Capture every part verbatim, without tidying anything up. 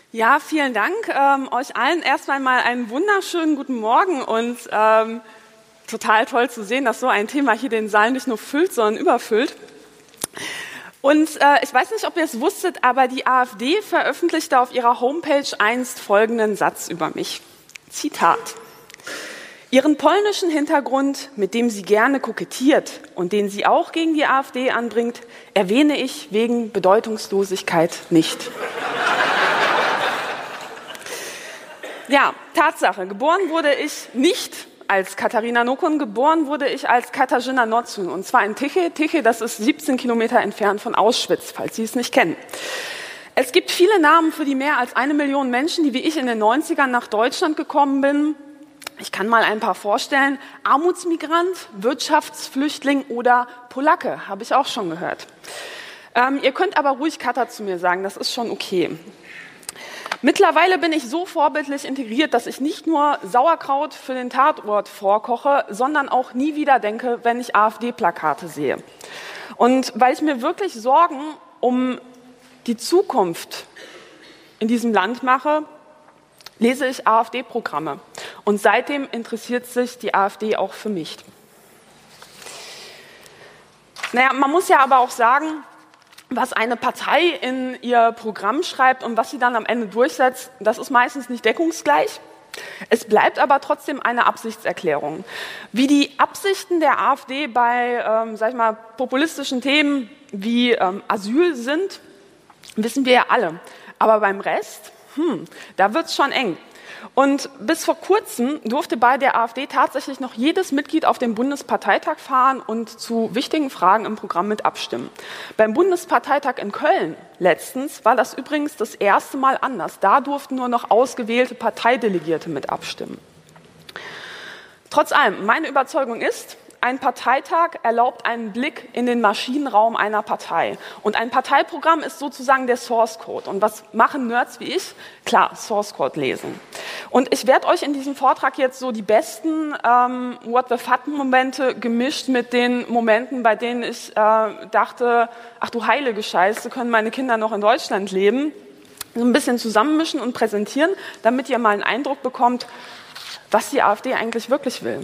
Ja, vielen Dank. Ähm, euch allen erstmal mal einen wunderschönen guten Morgen und ähm, total toll zu sehen, dass so ein Thema hier den Saal nicht nur füllt, sondern überfüllt. Und äh, ich weiß nicht, ob ihr es wusstet, aber die AfD veröffentlichte auf ihrer Homepage einst folgenden Satz über mich. Zitat. Ihren polnischen Hintergrund, mit dem sie gerne kokettiert und den sie auch gegen die AfD anbringt, erwähne ich wegen Bedeutungslosigkeit nicht. Ja, Tatsache. Geboren wurde ich nicht als Katarina Nokun, geboren wurde ich als Katarzyna Nocun. Und zwar in Tychy. Tychy, das ist siebzehn Kilometer entfernt von Auschwitz, falls Sie es nicht kennen. Es gibt viele Namen für die mehr als eine Million Menschen, die wie ich in den neunzigern nach Deutschland gekommen bin. Ich kann mal ein paar vorstellen. Armutsmigrant, Wirtschaftsflüchtling oder Polacke, habe ich auch schon gehört. Ähm, ihr könnt aber ruhig Katar zu mir sagen, das ist schon okay. Mittlerweile bin ich so vorbildlich integriert, dass ich nicht nur Sauerkraut für den Tatort vorkoche, sondern auch nie wieder denke, wenn ich AfD-Plakate sehe. Und weil ich mir wirklich Sorgen um die Zukunft in diesem Land mache, lese ich AfD-Programme. Und seitdem interessiert sich die AfD auch für mich. Naja, man muss ja aber auch sagen, was eine Partei in ihr Programm schreibt und was sie dann am Ende durchsetzt, das ist meistens nicht deckungsgleich. Es bleibt aber trotzdem eine Absichtserklärung. Wie die Absichten der AfD bei, ähm, sag ich mal, populistischen Themen wie ähm, Asyl sind, wissen wir ja alle. Aber beim Rest, hm, da wird's schon eng. Und bis vor kurzem durfte bei der AfD tatsächlich noch jedes Mitglied auf den Bundesparteitag fahren und zu wichtigen Fragen im Programm mit abstimmen. Beim Bundesparteitag in Köln letztens war das übrigens das erste Mal anders. Da durften nur noch ausgewählte Parteidelegierte mit abstimmen. Trotz allem, meine Überzeugung ist, ein Parteitag erlaubt einen Blick in den Maschinenraum einer Partei. Und ein Parteiprogramm ist sozusagen der Source Code. Und was machen Nerds wie ich? Klar, Source Code lesen. Und ich werde euch in diesem Vortrag jetzt so die besten ähm, What-the-fuck-Momente gemischt mit den Momenten, bei denen ich äh, dachte, ach du heilige Scheiße, können meine Kinder noch in Deutschland leben, so ein bisschen zusammenmischen und präsentieren, damit ihr mal einen Eindruck bekommt, was die AfD eigentlich wirklich will.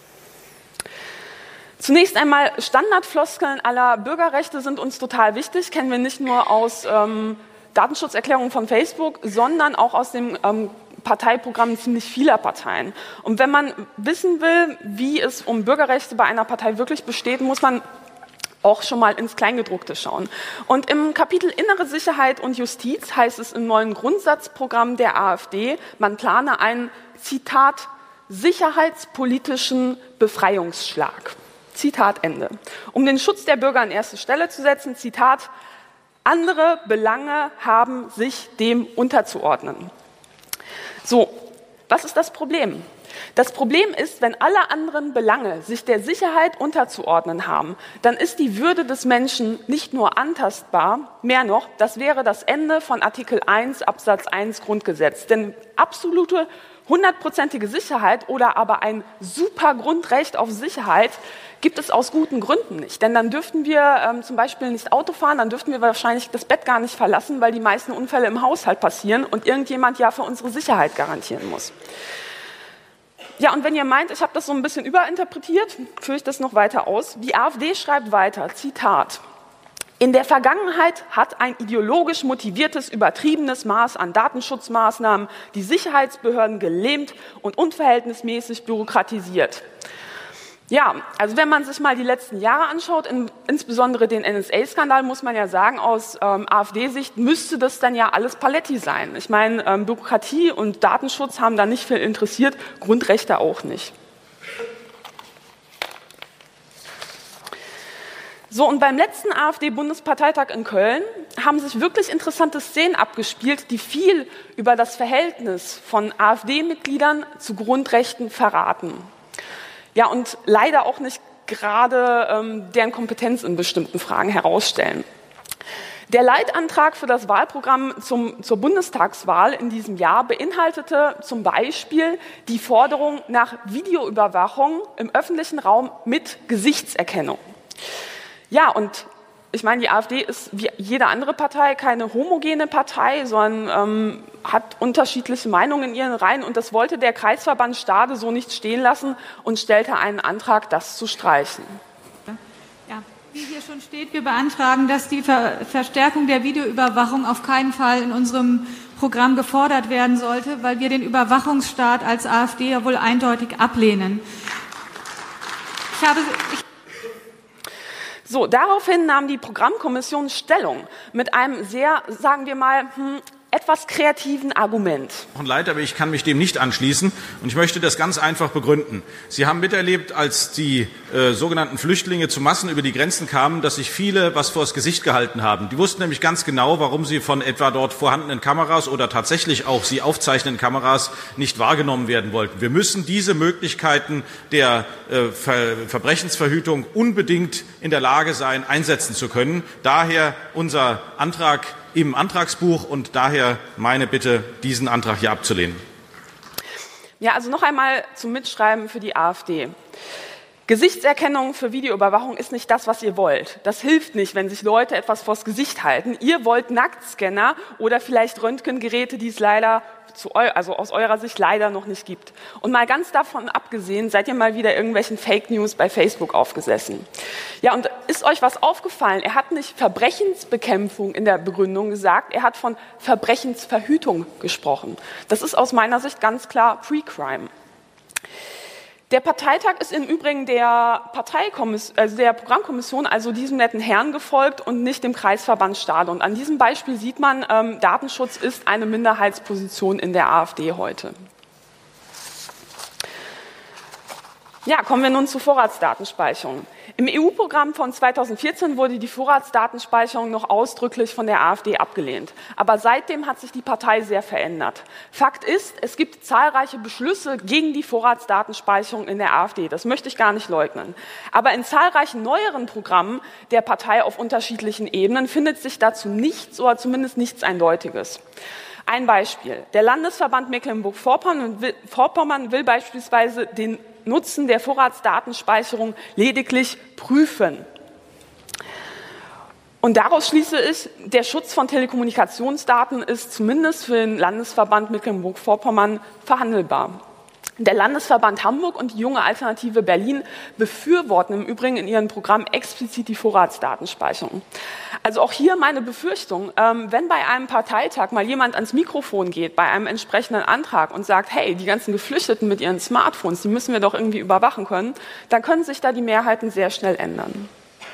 Zunächst einmal, Standardfloskeln aller Bürgerrechte sind uns total wichtig, kennen wir nicht nur aus ähm, Datenschutzerklärungen von Facebook, sondern auch aus dem ähm, Parteiprogramm ziemlich vieler Parteien. Und wenn man wissen will, wie es um Bürgerrechte bei einer Partei wirklich besteht, muss man auch schon mal ins Kleingedruckte schauen. Und im Kapitel Innere Sicherheit und Justiz heißt es im neuen Grundsatzprogramm der AfD, man plane einen, Zitat, sicherheitspolitischen Befreiungsschlag. Zitat Ende. Um den Schutz der Bürger an erste Stelle zu setzen, Zitat, andere Belange haben sich dem unterzuordnen. So, was ist das Problem? Das Problem ist, wenn alle anderen Belange sich der Sicherheit unterzuordnen haben, dann ist die Würde des Menschen nicht nur antastbar, mehr noch, das wäre das Ende von Artikel eins Absatz eins Grundgesetz. Denn absolute hundertprozentige Sicherheit oder aber ein super Grundrecht auf Sicherheit gibt es aus guten Gründen nicht. Denn dann dürften wir ähm, zum Beispiel nicht Auto fahren, dann dürften wir wahrscheinlich das Bett gar nicht verlassen, weil die meisten Unfälle im Haushalt passieren und irgendjemand ja für unsere Sicherheit garantieren muss. Ja, und wenn ihr meint, ich habe das so ein bisschen überinterpretiert, führe ich das noch weiter aus. Die AfD schreibt weiter, Zitat, in der Vergangenheit hat ein ideologisch motiviertes, übertriebenes Maß an Datenschutzmaßnahmen die Sicherheitsbehörden gelähmt und unverhältnismäßig bürokratisiert. Ja, also wenn man sich mal die letzten Jahre anschaut, in, insbesondere den N S A-Skandal, muss man ja sagen, aus ähm, AfD-Sicht müsste das dann ja alles Paletti sein. Ich meine, ähm, Bürokratie und Datenschutz haben da nicht viel interessiert, Grundrechte auch nicht. So, und beim letzten AfD-Bundesparteitag in Köln haben sich wirklich interessante Szenen abgespielt, die viel über das Verhältnis von AfD-Mitgliedern zu Grundrechten verraten. Ja, und leider auch nicht gerade ähm, deren Kompetenz in bestimmten Fragen herausstellen. Der Leitantrag für das Wahlprogramm zum, zur Bundestagswahl in diesem Jahr beinhaltete zum Beispiel die Forderung nach Videoüberwachung im öffentlichen Raum mit Gesichtserkennung. Ja, und ich meine, die AfD ist wie jede andere Partei keine homogene Partei, sondern ähm, hat unterschiedliche Meinungen in ihren Reihen. Und das wollte der Kreisverband Stade so nicht stehen lassen und stellte einen Antrag, das zu streichen. Ja, wie hier schon steht, wir beantragen, dass die Ver Verstärkung der Videoüberwachung auf keinen Fall in unserem Programm gefordert werden sollte, weil wir den Überwachungsstaat als AfD ja wohl eindeutig ablehnen. Ich habe... Ich So, daraufhin nahm die Programmkommission Stellung mit einem sehr, sagen wir mal, hm, etwas kreativen Argument. Leid, aber ich kann mich dem nicht anschließen und ich möchte das ganz einfach begründen. Sie haben miterlebt, als die äh, sogenannten Flüchtlinge zu Massen über die Grenzen kamen, dass sich viele was vors Gesicht gehalten haben. Die wussten nämlich ganz genau, warum sie von etwa dort vorhandenen Kameras oder tatsächlich auch sie aufzeichnenden Kameras nicht wahrgenommen werden wollten. Wir müssen diese Möglichkeiten der äh, Ver Verbrechensverhütung unbedingt in der Lage sein, einsetzen zu können. Daher unser Antrag im Antragsbuch und daher meine Bitte, diesen Antrag hier abzulehnen. Ja, also noch einmal zum Mitschreiben für die AfD. Gesichtserkennung für Videoüberwachung ist nicht das, was ihr wollt. Das hilft nicht, wenn sich Leute etwas vors Gesicht halten. Ihr wollt Nacktscanner oder vielleicht Röntgengeräte, die es leider zu eu also aus eurer Sicht leider noch nicht gibt. Und mal ganz davon abgesehen, seid ihr mal wieder irgendwelchen Fake News bei Facebook aufgesessen. Ja, und ist euch was aufgefallen? Er hat nicht Verbrechensbekämpfung in der Begründung gesagt, er hat von Verbrechensverhütung gesprochen. Das ist aus meiner Sicht ganz klar Pre-Crime. Der Parteitag ist im Übrigen der, Parteikommission, also der Programmkommission, also diesem netten Herrn gefolgt und nicht dem Kreisverband Stade. Und an diesem Beispiel sieht man, ähm, Datenschutz ist eine Minderheitsposition in der AfD heute. Ja, kommen wir nun zur Vorratsdatenspeicherung. Im E U-Programm von zweitausendvierzehn wurde die Vorratsdatenspeicherung noch ausdrücklich von der AfD abgelehnt. Aber seitdem hat sich die Partei sehr verändert. Fakt ist, es gibt zahlreiche Beschlüsse gegen die Vorratsdatenspeicherung in der AfD. Das möchte ich gar nicht leugnen. Aber in zahlreichen neueren Programmen der Partei auf unterschiedlichen Ebenen findet sich dazu nichts oder zumindest nichts Eindeutiges. Ein Beispiel. Der Landesverband Mecklenburg-Vorpommern will, Vorpommern will beispielsweise den Nutzen der Vorratsdatenspeicherung lediglich prüfen. Und daraus schließe ich, der Schutz von Telekommunikationsdaten ist zumindest für den Landesverband Mecklenburg-Vorpommern verhandelbar. Der Landesverband Hamburg und die Junge Alternative Berlin befürworten im Übrigen in ihren Programmen explizit die Vorratsdatenspeicherung. Also auch hier meine Befürchtung, ähm, wenn bei einem Parteitag mal jemand ans Mikrofon geht, bei einem entsprechenden Antrag und sagt, hey, die ganzen Geflüchteten mit ihren Smartphones, die müssen wir doch irgendwie überwachen können, dann können sich da die Mehrheiten sehr schnell ändern.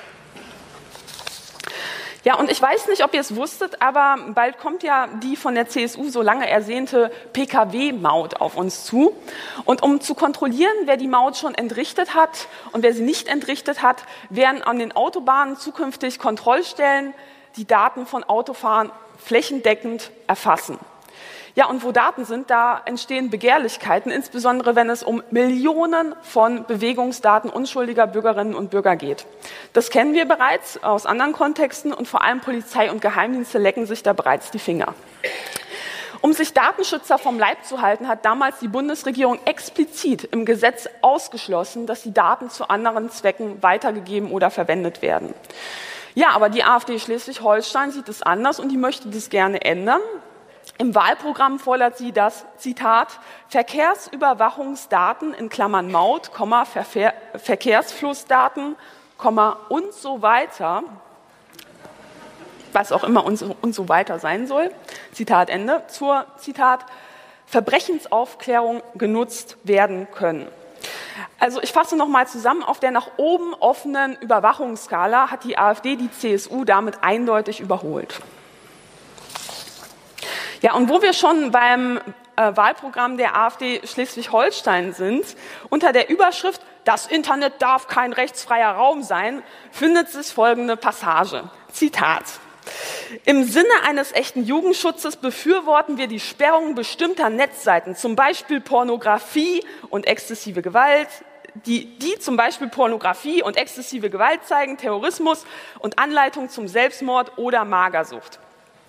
Ja, und ich weiß nicht, ob ihr es wusstet, aber bald kommt ja die von der C S U so lange ersehnte P K W-Maut auf uns zu. Und um zu kontrollieren, wer die Maut schon entrichtet hat und wer sie nicht entrichtet hat, werden an den Autobahnen zukünftig Kontrollstellen die Daten von Autofahrern flächendeckend erfassen. Ja, und wo Daten sind, da entstehen Begehrlichkeiten, insbesondere wenn es um Millionen von Bewegungsdaten unschuldiger Bürgerinnen und Bürger geht. Das kennen wir bereits aus anderen Kontexten und vor allem Polizei und Geheimdienste lecken sich da bereits die Finger. Um sich Datenschützer vom Leib zu halten, hat damals die Bundesregierung explizit im Gesetz ausgeschlossen, dass die Daten zu anderen Zwecken weitergegeben oder verwendet werden. Ja, aber die AfD Schleswig-Holstein sieht es anders und die möchte das gerne ändern. Im Wahlprogramm fordert sie das, Zitat, Verkehrsüberwachungsdaten in Klammern Maut, Verkehr, Verkehrsflussdaten, und so weiter, was auch immer und so, und so weiter sein soll, Zitat Ende, zur, Zitat, Verbrechensaufklärung genutzt werden können. Also ich fasse noch mal zusammen, auf der nach oben offenen Überwachungsskala hat die AfD die C S U damit eindeutig überholt. Ja, und wo wir schon beim äh, Wahlprogramm der AfD Schleswig-Holstein sind, unter der Überschrift "Das Internet darf kein rechtsfreier Raum sein", findet sich folgende Passage. Zitat. Im Sinne eines echten Jugendschutzes befürworten wir die Sperrung bestimmter Netzseiten, zum Beispiel Pornografie und exzessive Gewalt, die, die zum Beispiel Pornografie und exzessive Gewalt zeigen, Terrorismus und Anleitung zum Selbstmord oder Magersucht.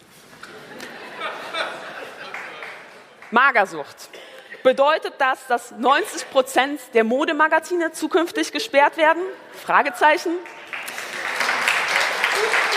Magersucht. Bedeutet das, dass neunzig Prozent der Modemagazine zukünftig gesperrt werden? Fragezeichen.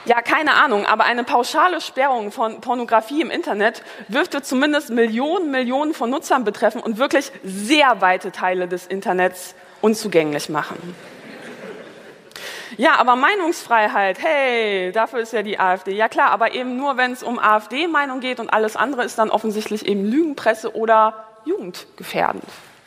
Ja, keine Ahnung, aber eine pauschale Sperrung von Pornografie im Internet dürfte zumindest Millionen, Millionen von Nutzern betreffen und wirklich sehr weite Teile des Internets unzugänglich machen. Ja, aber Meinungsfreiheit, hey, dafür ist ja die AfD. Ja klar, aber eben nur, wenn es um AfD-Meinung geht und alles andere ist dann offensichtlich eben Lügenpresse oder jugendgefährdend.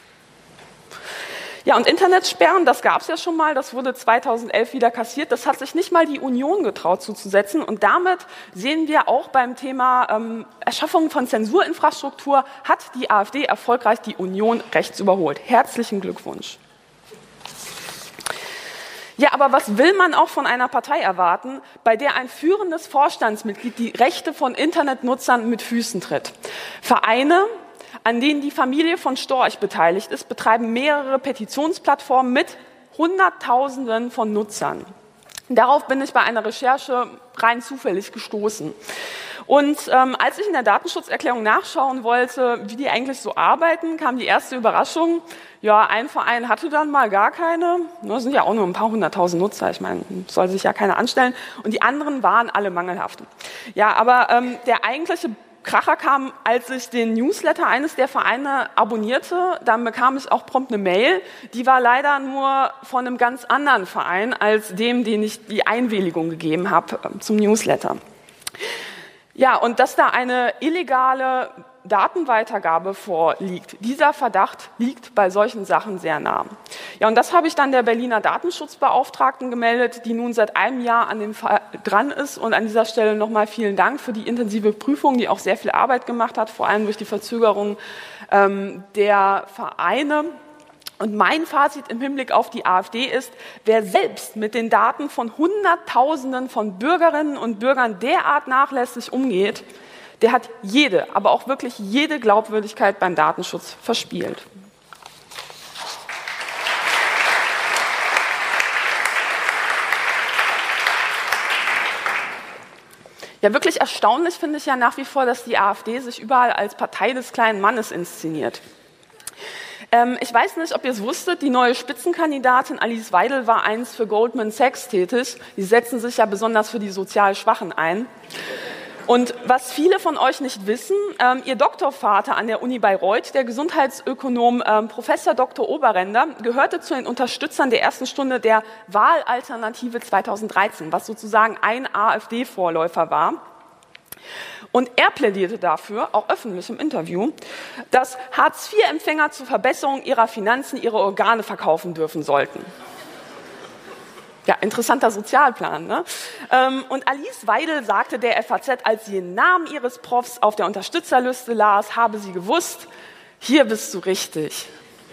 Ja, und Internetsperren, das gab es ja schon mal, das wurde zweitausendelf wieder kassiert, das hat sich nicht mal die Union getraut zuzusetzen und damit sehen wir auch beim Thema ähm, Erschaffung von Zensurinfrastruktur hat die AfD erfolgreich die Union rechts überholt. Herzlichen Glückwunsch. Ja, aber was will man auch von einer Partei erwarten, bei der ein führendes Vorstandsmitglied die Rechte von Internetnutzern mit Füßen tritt? Vereine, an denen die Familie von Storch beteiligt ist, betreiben mehrere Petitionsplattformen mit Hunderttausenden von Nutzern. Darauf bin ich bei einer Recherche rein zufällig gestoßen. Und ähm, als ich in der Datenschutzerklärung nachschauen wollte, wie die eigentlich so arbeiten, kam die erste Überraschung. Ja, ein Verein hatte dann mal gar keine. Das sind ja auch nur ein paar hunderttausend Nutzer. Ich meine, soll sich ja keiner anstellen. Und die anderen waren alle mangelhaft. Ja, aber ähm, der eigentliche Kracher kam, als ich den Newsletter eines der Vereine abonnierte, dann bekam ich auch prompt eine Mail, die war leider nur von einem ganz anderen Verein als dem, den ich die Einwilligung gegeben habe zum Newsletter. Ja, und dass da eine illegale Datenweitergabe vorliegt, dieser Verdacht liegt bei solchen Sachen sehr nah. Ja, und das habe ich dann der Berliner Datenschutzbeauftragten gemeldet, die nun seit einem Jahr an dem Fall dran ist. Und an dieser Stelle nochmal vielen Dank für die intensive Prüfung, die auch sehr viel Arbeit gemacht hat, vor allem durch die Verzögerung ähm, der Vereine. Und mein Fazit im Hinblick auf die AfD ist, wer selbst mit den Daten von Hunderttausenden von Bürgerinnen und Bürgern derart nachlässig umgeht, der hat jede, aber auch wirklich jede Glaubwürdigkeit beim Datenschutz verspielt. Ja, wirklich erstaunlich finde ich ja nach wie vor, dass die AfD sich überall als Partei des kleinen Mannes inszeniert. Ähm, ich weiß nicht, ob ihr es wusstet, die neue Spitzenkandidatin Alice Weidel war einst für Goldman Sachs tätig. Die setzen sich ja besonders für die sozial Schwachen ein. Und was viele von euch nicht wissen, ähm, ihr Doktorvater an der Uni Bayreuth, der Gesundheitsökonom ähm, Professor Doktor Oberrender, gehörte zu den Unterstützern der ersten Stunde der Wahlalternative zweitausenddreizehn, was sozusagen ein AfD-Vorläufer war. Und er plädierte dafür, auch öffentlich im Interview, dass Hartz vier Empfänger zur Verbesserung ihrer Finanzen ihre Organe verkaufen dürfen sollten. Ja, interessanter Sozialplan, ne? Und Alice Weidel sagte der F A Z, als sie den Namen ihres Profs auf der Unterstützerliste las, habe sie gewusst, hier bist du richtig.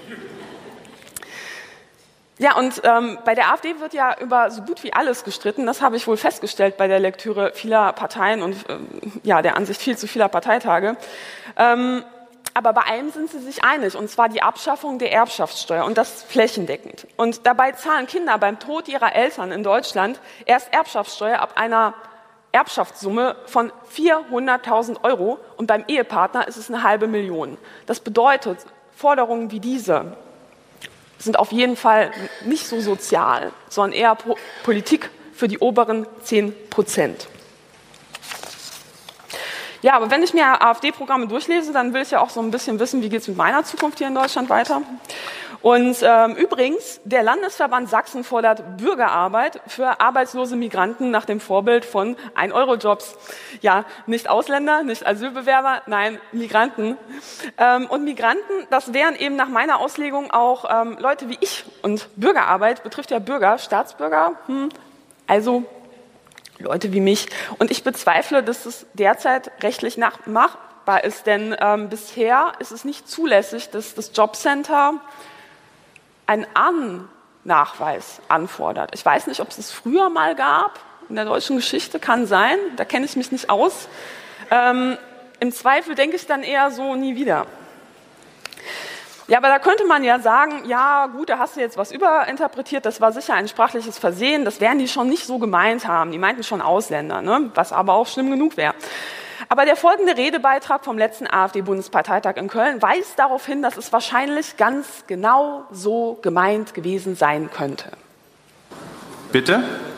Ja, und ähm, bei der AfD wird ja über so gut wie alles gestritten. Das habe ich wohl festgestellt bei der Lektüre vieler Parteien und ähm, ja, der Ansicht viel zu vieler Parteitage. Ähm, Aber bei einem sind sie sich einig, und zwar die Abschaffung der Erbschaftssteuer und das flächendeckend. Und dabei zahlen Kinder beim Tod ihrer Eltern in Deutschland erst Erbschaftssteuer ab einer Erbschaftssumme von vierhunderttausend Euro und beim Ehepartner ist es eine halbe Million. Das bedeutet, Forderungen wie diese sind auf jeden Fall nicht so sozial, sondern eher po- Politik für die oberen zehn Prozent. Ja, aber wenn ich mir AfD-Programme durchlese, dann will ich ja auch so ein bisschen wissen, wie geht es mit meiner Zukunft hier in Deutschland weiter. Und ähm, übrigens, der Landesverband Sachsen fordert Bürgerarbeit für arbeitslose Migranten nach dem Vorbild von ein Euro Jobs. Ja, nicht Ausländer, nicht Asylbewerber, nein, Migranten. Ähm, und Migranten, das wären eben nach meiner Auslegung auch ähm, Leute wie ich. Und Bürgerarbeit betrifft ja Bürger, Staatsbürger, hm, also Leute wie mich. Und ich bezweifle, dass es derzeit rechtlich machbar ist, denn ähm, bisher ist es nicht zulässig, dass das Jobcenter einen Ahnennachweis anfordert. Ich weiß nicht, ob es es früher mal gab, in der deutschen Geschichte, kann sein, da kenne ich mich nicht aus. Ähm, im Zweifel denke ich dann eher so, nie wieder. Ja, aber da könnte man ja sagen, ja gut, da hast du jetzt was überinterpretiert, das war sicher ein sprachliches Versehen, das werden die schon nicht so gemeint haben, die meinten schon Ausländer, ne? Was aber auch schlimm genug wäre. Aber der folgende Redebeitrag vom letzten AfD-Bundesparteitag in Köln weist darauf hin, dass es wahrscheinlich ganz genau so gemeint gewesen sein könnte. Bitte?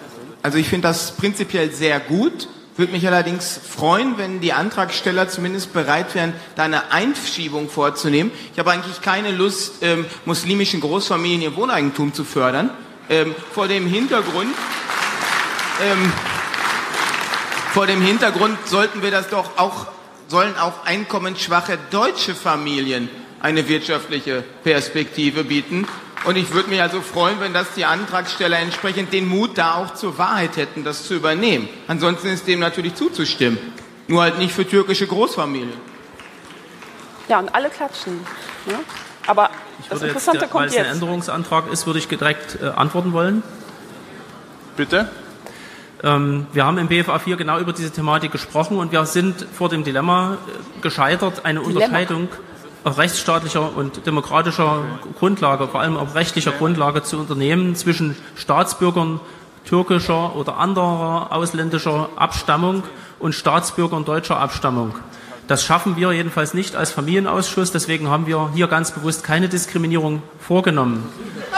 Also ich finde das prinzipiell sehr gut. Würde mich allerdings freuen, wenn die Antragsteller zumindest bereit wären, da eine Einschiebung vorzunehmen. Ich habe eigentlich keine Lust, ähm, muslimischen Großfamilien ihr Wohneigentum zu fördern. Ähm, vor dem Hintergrund, ähm, vor dem Hintergrund sollten wir das doch auch, sollen auch einkommensschwache deutsche Familien eine wirtschaftliche Perspektive bieten. Und ich würde mich also freuen, wenn das die Antragsteller entsprechend den Mut da auch zur Wahrheit hätten, das zu übernehmen. Ansonsten ist dem natürlich zuzustimmen. Nur halt nicht für türkische Großfamilien. Ja, und alle klatschen. Ne? Aber ich das würde Interessante jetzt, kommt weil es jetzt. ein Änderungsantrag ist, würde ich direkt äh, antworten wollen. Bitte? Ähm, wir haben im B F A vier genau über diese Thematik gesprochen und wir sind vor dem Dilemma äh, gescheitert, eine Dilemma. Unterscheidung auf rechtsstaatlicher und demokratischer Grundlage, vor allem auf rechtlicher Grundlage zu unternehmen zwischen Staatsbürgern türkischer oder anderer ausländischer Abstammung und Staatsbürgern deutscher Abstammung. Das schaffen wir jedenfalls nicht als Familienausschuss, deswegen haben wir hier ganz bewusst keine Diskriminierung vorgenommen.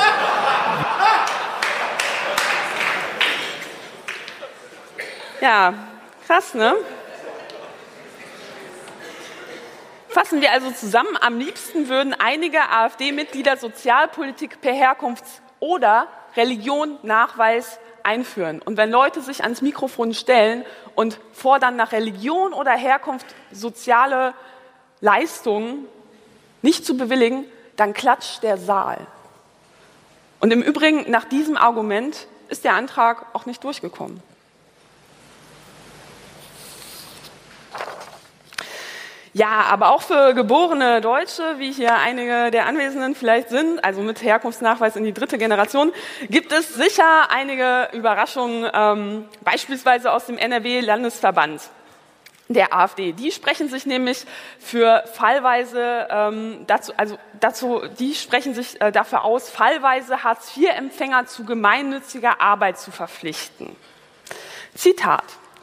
Ja, krass, ne? Fassen wir also zusammen, am liebsten würden einige AfD-Mitglieder Sozialpolitik per Herkunfts- oder Religion-Nachweis einführen. Und wenn Leute sich ans Mikrofon stellen und fordern, nach Religion oder Herkunft soziale Leistungen nicht zu bewilligen, dann klatscht der Saal. Und im Übrigen, nach diesem Argument ist der Antrag auch nicht durchgekommen. Ja, aber auch für geborene Deutsche, wie hier einige der Anwesenden vielleicht sind, also mit Herkunftsnachweis in die dritte Generation, gibt es sicher einige Überraschungen, ähm, beispielsweise aus dem N R W-Landesverband der AfD. Die sprechen sich nämlich für fallweise ähm, dazu, also dazu, die sprechen sich äh, dafür aus, fallweise Hartz vier Empfänger zu gemeinnütziger Arbeit zu verpflichten. Zitat: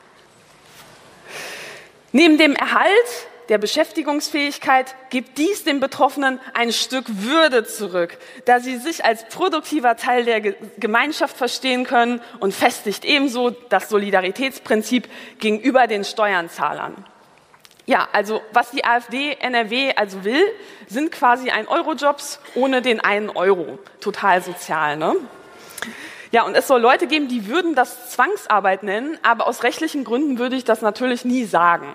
Neben dem Erhalt der Beschäftigungsfähigkeit gibt dies den Betroffenen ein Stück Würde zurück, da sie sich als produktiver Teil der Gemeinschaft verstehen können, und festigt ebenso das Solidaritätsprinzip gegenüber den Steuerzahlern. Ja, also was die AfD N R W also will, sind quasi ein-Euro-Jobs ohne den einen Euro. Total sozial, ne? Ja, und es soll Leute geben, die würden das Zwangsarbeit nennen, aber aus rechtlichen Gründen würde ich das natürlich nie sagen.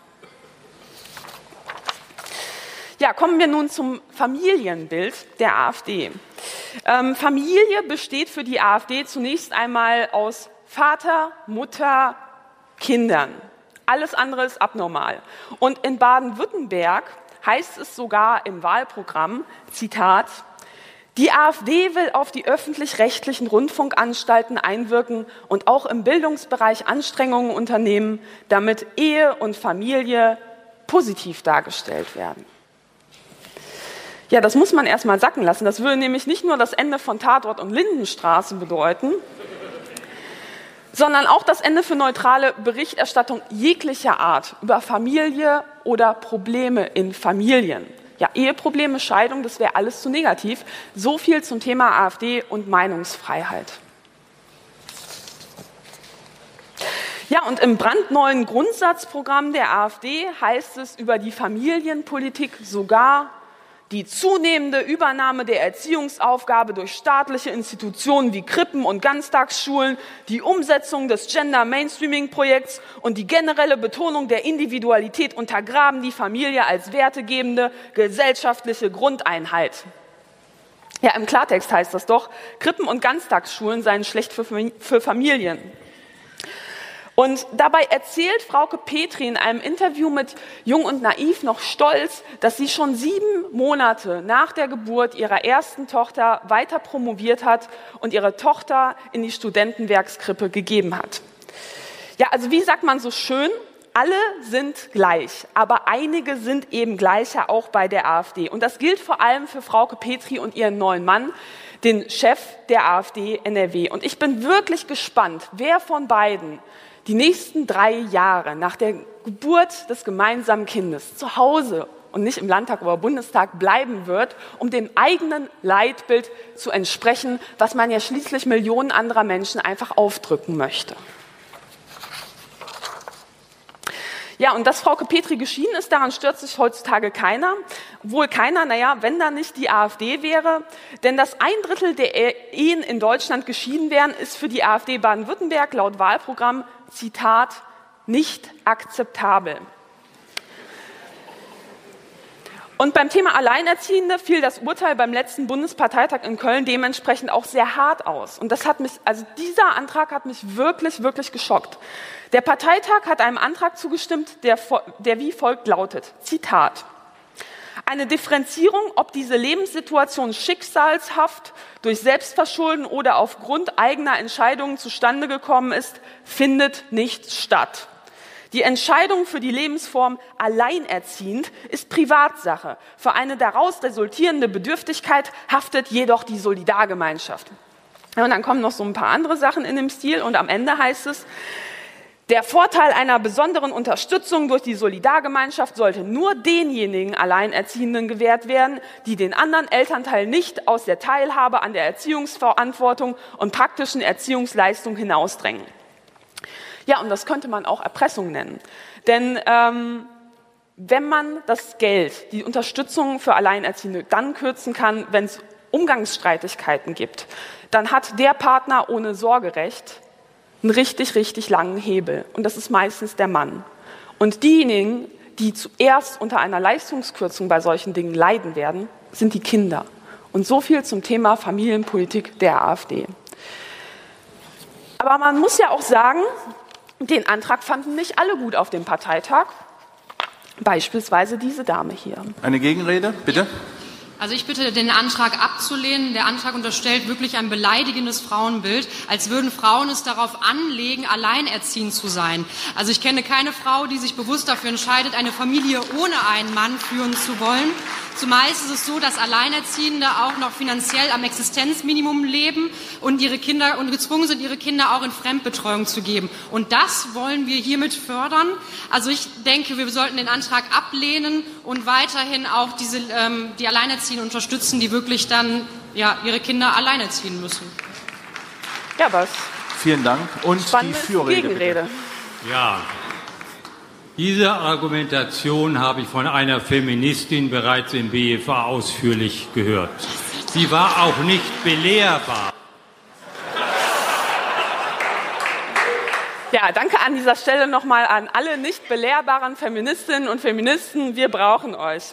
Ja, kommen wir nun zum Familienbild der AfD. Ähm, Familie besteht für die AfD zunächst einmal aus Vater, Mutter, Kindern. Alles andere ist abnormal. Und in Baden-Württemberg heißt es sogar im Wahlprogramm, Zitat: Die AfD will auf die öffentlich-rechtlichen Rundfunkanstalten einwirken und auch im Bildungsbereich Anstrengungen unternehmen, damit Ehe und Familie positiv dargestellt werden. Ja, das muss man erst mal sacken lassen. Das würde nämlich nicht nur das Ende von Tatort und Lindenstraße bedeuten, sondern auch das Ende für neutrale Berichterstattung jeglicher Art über Familie oder Probleme in Familien. Ja, Eheprobleme, Scheidung, das wäre alles zu negativ. So viel zum Thema AfD und Meinungsfreiheit. Ja, und im brandneuen Grundsatzprogramm der AfD heißt es über die Familienpolitik sogar: Die zunehmende Übernahme der Erziehungsaufgabe durch staatliche Institutionen wie Krippen und Ganztagsschulen, die Umsetzung des Gender-Mainstreaming-Projekts und die generelle Betonung der Individualität untergraben die Familie als wertegebende gesellschaftliche Grundeinheit. Ja, im Klartext heißt das doch, Krippen und Ganztagsschulen seien schlecht für, für Familien. Und dabei erzählt Frauke Petri in einem Interview mit Jung und Naiv noch stolz, dass sie schon sieben Monate nach der Geburt ihrer ersten Tochter weiter promoviert hat und ihre Tochter in die Studentenwerkskrippe gegeben hat. Ja, also wie sagt man so schön, alle sind gleich, aber einige sind eben gleicher auch bei der AfD. Und das gilt vor allem für Frauke Petri und ihren neuen Mann, den Chef der AfD N R W. Und ich bin wirklich gespannt, wer von beiden die nächsten drei Jahre nach der Geburt des gemeinsamen Kindes zu Hause und nicht im Landtag oder Bundestag bleiben wird, um dem eigenen Leitbild zu entsprechen, was man ja schließlich Millionen anderer Menschen einfach aufdrücken möchte. Ja, und dass Frauke Petry geschieden ist, daran stört sich heutzutage keiner. Wohl keiner, naja, wenn da nicht die AfD wäre. Denn dass ein Drittel der Ehen in Deutschland geschieden wären, ist für die AfD Baden-Württemberg laut Wahlprogramm, Zitat, nicht akzeptabel. Und beim Thema Alleinerziehende fiel das Urteil beim letzten Bundesparteitag in Köln dementsprechend auch sehr hart aus. Und das hat mich, also dieser Antrag hat mich wirklich, wirklich geschockt. Der Parteitag hat einem Antrag zugestimmt, der, der wie folgt lautet, Zitat, eine Differenzierung, ob diese Lebenssituation schicksalshaft, durch Selbstverschulden oder aufgrund eigener Entscheidungen zustande gekommen ist, findet nicht statt. Die Entscheidung für die Lebensform alleinerziehend ist Privatsache. Für eine daraus resultierende Bedürftigkeit haftet jedoch die Solidargemeinschaft. Und dann kommen noch so ein paar andere Sachen in dem Stil und am Ende heißt es, der Vorteil einer besonderen Unterstützung durch die Solidargemeinschaft sollte nur denjenigen Alleinerziehenden gewährt werden, die den anderen Elternteil nicht aus der Teilhabe an der Erziehungsverantwortung und praktischen Erziehungsleistung hinausdrängen. Ja, und das könnte man auch Erpressung nennen. Denn ähm, wenn man das Geld, die Unterstützung für Alleinerziehende dann kürzen kann, wenn es Umgangsstreitigkeiten gibt, dann hat der Partner ohne Sorgerecht einen richtig, richtig langen Hebel. Und das ist meistens der Mann. Und diejenigen, die zuerst unter einer Leistungskürzung bei solchen Dingen leiden werden, sind die Kinder. Und so viel zum Thema Familienpolitik der AfD. Aber man muss ja auch sagen, den Antrag fanden nicht alle gut auf dem Parteitag. Beispielsweise diese Dame hier. Eine Gegenrede, bitte. Also ich bitte, den Antrag abzulehnen. Der Antrag unterstellt wirklich ein beleidigendes Frauenbild, als würden Frauen es darauf anlegen, alleinerziehend zu sein. Also ich kenne keine Frau, die sich bewusst dafür entscheidet, eine Familie ohne einen Mann führen zu wollen. Zumeist ist es so, dass Alleinerziehende auch noch finanziell am Existenzminimum leben und ihre Kinder und gezwungen sind, ihre Kinder auch in Fremdbetreuung zu geben. Und das wollen wir hiermit fördern. Also ich denke, wir sollten den Antrag ablehnen und weiterhin auch diese, ähm, die Alleinerziehenden unterstützen, die wirklich dann ja, ihre Kinder alleinerziehen müssen. Ja, was? Vielen Dank. Und die Führrede, Gegenrede. bitte. Ja. Diese Argumentation habe ich von einer Feministin bereits im B F A ausführlich gehört. Sie war auch nicht belehrbar. Ja, danke an dieser Stelle nochmal an alle nicht belehrbaren Feministinnen und Feministen. Wir brauchen euch.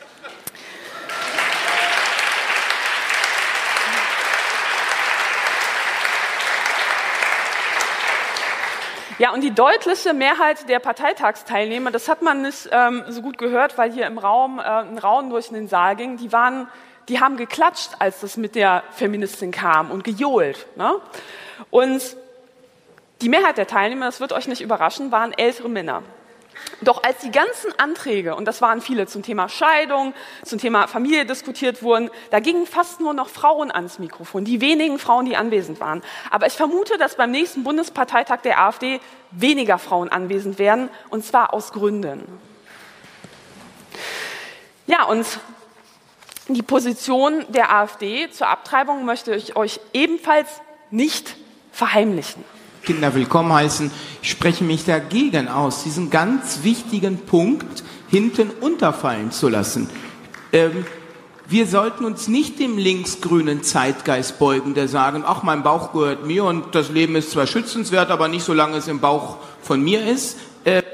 Ja, und die deutliche Mehrheit der Parteitagsteilnehmer, das hat man nicht ähm, so gut gehört, weil hier im Raum äh, ein Raunen durch den Saal ging, die, waren, die haben geklatscht, als das mit der Feministin kam und gejohlt. Ne? Und die Mehrheit der Teilnehmer, das wird euch nicht überraschen, waren ältere Männer. Doch als die ganzen Anträge, und das waren viele zum Thema Scheidung, zum Thema Familie diskutiert wurden, da gingen fast nur noch Frauen ans Mikrofon, die wenigen Frauen, die anwesend waren. Aber ich vermute, dass beim nächsten Bundesparteitag der AfD weniger Frauen anwesend werden, und zwar aus Gründen. Ja, und die Position der AfD zur Abtreibung möchte ich euch ebenfalls nicht verheimlichen. Kinder willkommen heißen. Ich spreche mich dagegen aus, diesen ganz wichtigen Punkt hinten unterfallen zu lassen. Ähm, wir sollten uns nicht dem linksgrünen Zeitgeist beugen, der sagen, ach, mein Bauch gehört mir und das Leben ist zwar schützenswert, aber nicht solange es im Bauch von mir ist. Äh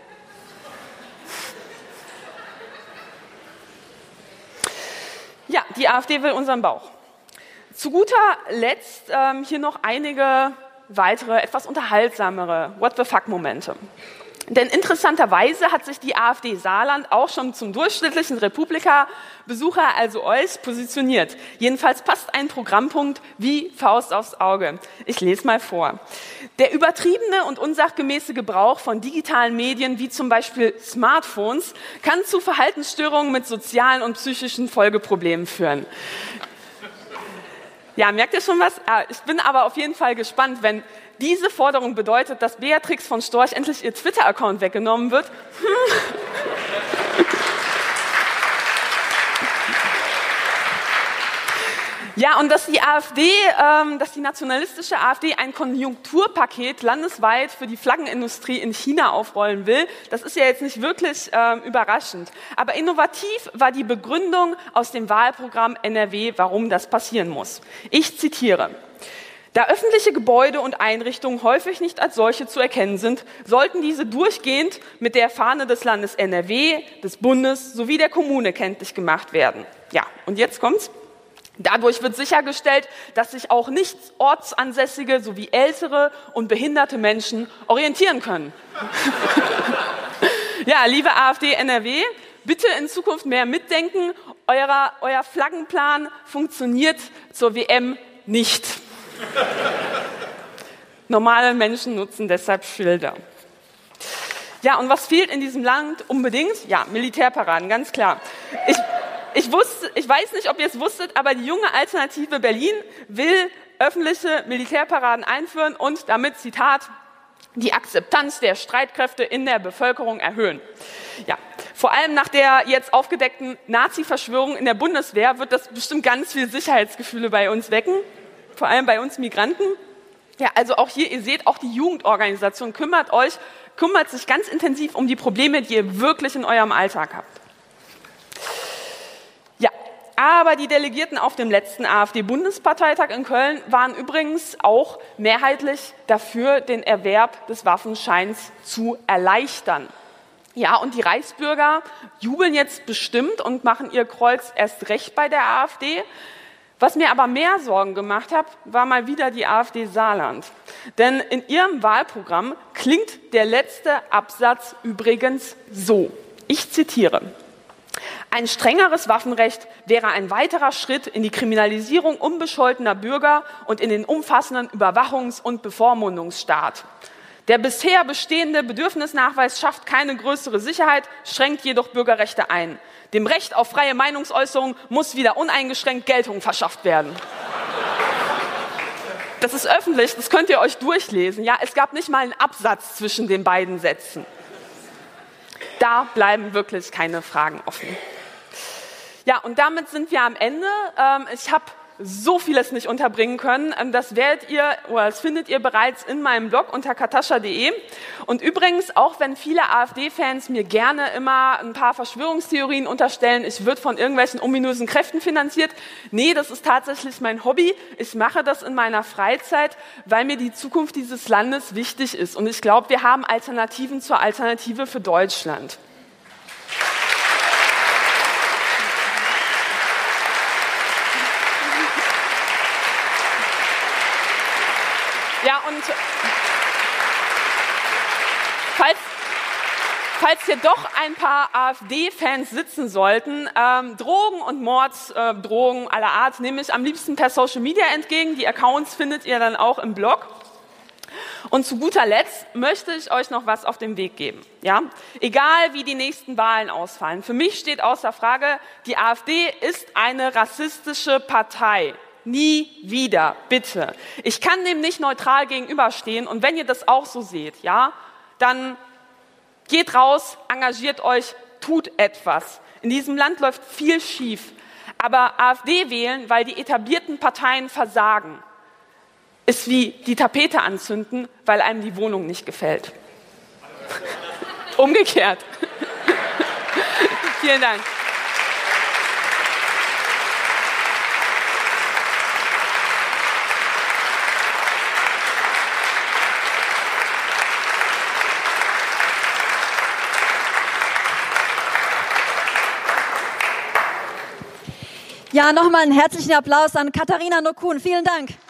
ja, die AfD will unseren Bauch. Zu guter Letzt ähm, hier noch einige weitere, etwas unterhaltsamere What-the-fuck-Momente. Denn interessanterweise hat sich die AfD Saarland auch schon zum durchschnittlichen Republika-Besucher, also euch, positioniert. Jedenfalls passt ein Programmpunkt wie Faust aufs Auge. Ich lese mal vor. Der übertriebene und unsachgemäße Gebrauch von digitalen Medien, wie zum Beispiel Smartphones, kann zu Verhaltensstörungen mit sozialen und psychischen Folgeproblemen führen. Ja, merkt ihr schon was? Ich bin aber auf jeden Fall gespannt, wenn diese Forderung bedeutet, dass Beatrix von Storch endlich ihr Twitter-Account weggenommen wird. Hm. Ja, und dass die AfD, ähm, dass die nationalistische AfD ein Konjunkturpaket landesweit für die Flaggenindustrie in China aufrollen will, das ist ja jetzt nicht wirklich ähm, überraschend. Aber innovativ war die Begründung aus dem Wahlprogramm N R W, warum das passieren muss. Ich zitiere: Da öffentliche Gebäude und Einrichtungen häufig nicht als solche zu erkennen sind, sollten diese durchgehend mit der Fahne des Landes N R W, des Bundes sowie der Kommune kenntlich gemacht werden. Ja, und jetzt kommt's. Dadurch wird sichergestellt, dass sich auch nicht ortsansässige sowie ältere und behinderte Menschen orientieren können. Ja, liebe AfD N R W, bitte in Zukunft mehr mitdenken. Euer, euer Flaggenplan funktioniert zur W M nicht. Normale Menschen nutzen deshalb Schilder. Ja, und was fehlt in diesem Land unbedingt? Ja, Militärparaden, ganz klar. Ich, ich, wusste, ich weiß nicht, ob ihr es wusstet, aber die junge Alternative Berlin will öffentliche Militärparaden einführen und damit, Zitat, die Akzeptanz der Streitkräfte in der Bevölkerung erhöhen. Ja, vor allem nach der jetzt aufgedeckten Nazi-Verschwörung in der Bundeswehr wird das bestimmt ganz viel Sicherheitsgefühle bei uns wecken, vor allem bei uns Migranten. Ja, also auch hier, ihr seht, auch die Jugendorganisation kümmert euch, kümmert sich ganz intensiv um die Probleme, die ihr wirklich in eurem Alltag habt. Ja, aber die Delegierten auf dem letzten AfD-Bundesparteitag in Köln waren übrigens auch mehrheitlich dafür, den Erwerb des Waffenscheins zu erleichtern. Ja, und die Reichsbürger jubeln jetzt bestimmt und machen ihr Kreuz erst recht bei der AfD. Was mir aber mehr Sorgen gemacht hat, war mal wieder die AfD Saarland. Denn in ihrem Wahlprogramm klingt der letzte Absatz übrigens so. Ich zitiere: Ein strengeres Waffenrecht wäre ein weiterer Schritt in die Kriminalisierung unbescholtener Bürger und in den umfassenden Überwachungs- und Bevormundungsstaat. Der bisher bestehende Bedürfnisnachweis schafft keine größere Sicherheit, schränkt jedoch Bürgerrechte ein. Dem Recht auf freie Meinungsäußerung muss wieder uneingeschränkt Geltung verschafft werden. Das ist öffentlich, das könnt ihr euch durchlesen. Ja, es gab nicht mal einen Absatz zwischen den beiden Sätzen. Da bleiben wirklich keine Fragen offen. Ja, und damit sind wir am Ende. Ich habe so vieles nicht unterbringen können. Das werdet ihr oder das findet ihr bereits in meinem Blog unter katascha punkt de. Und übrigens, auch wenn viele AfD-Fans mir gerne immer ein paar Verschwörungstheorien unterstellen, ich würde von irgendwelchen ominösen Kräften finanziert. Nee, das ist tatsächlich mein Hobby. Ich mache das in meiner Freizeit, weil mir die Zukunft dieses Landes wichtig ist. Und ich glaube, wir haben Alternativen zur Alternative für Deutschland. Ja, und falls, falls hier doch ein paar AfD-Fans sitzen sollten, ähm, Drogen und Morddrohungen äh, aller Art nehme ich am liebsten per Social Media entgegen. Die Accounts findet ihr dann auch im Blog. Und zu guter Letzt möchte ich euch noch was auf den Weg geben. Ja? Egal wie die nächsten Wahlen ausfallen, für mich steht außer Frage, die AfD ist eine rassistische Partei. Nie wieder, bitte. Ich kann dem nicht neutral gegenüberstehen und wenn ihr das auch so seht, ja, dann geht raus, engagiert euch, tut etwas. In diesem Land läuft viel schief, aber AfD wählen, weil die etablierten Parteien versagen, ist wie die Tapete anzünden, weil einem die Wohnung nicht gefällt. Umgekehrt. Vielen Dank. Ja, nochmal einen herzlichen Applaus an Katharina Nokun. Vielen Dank.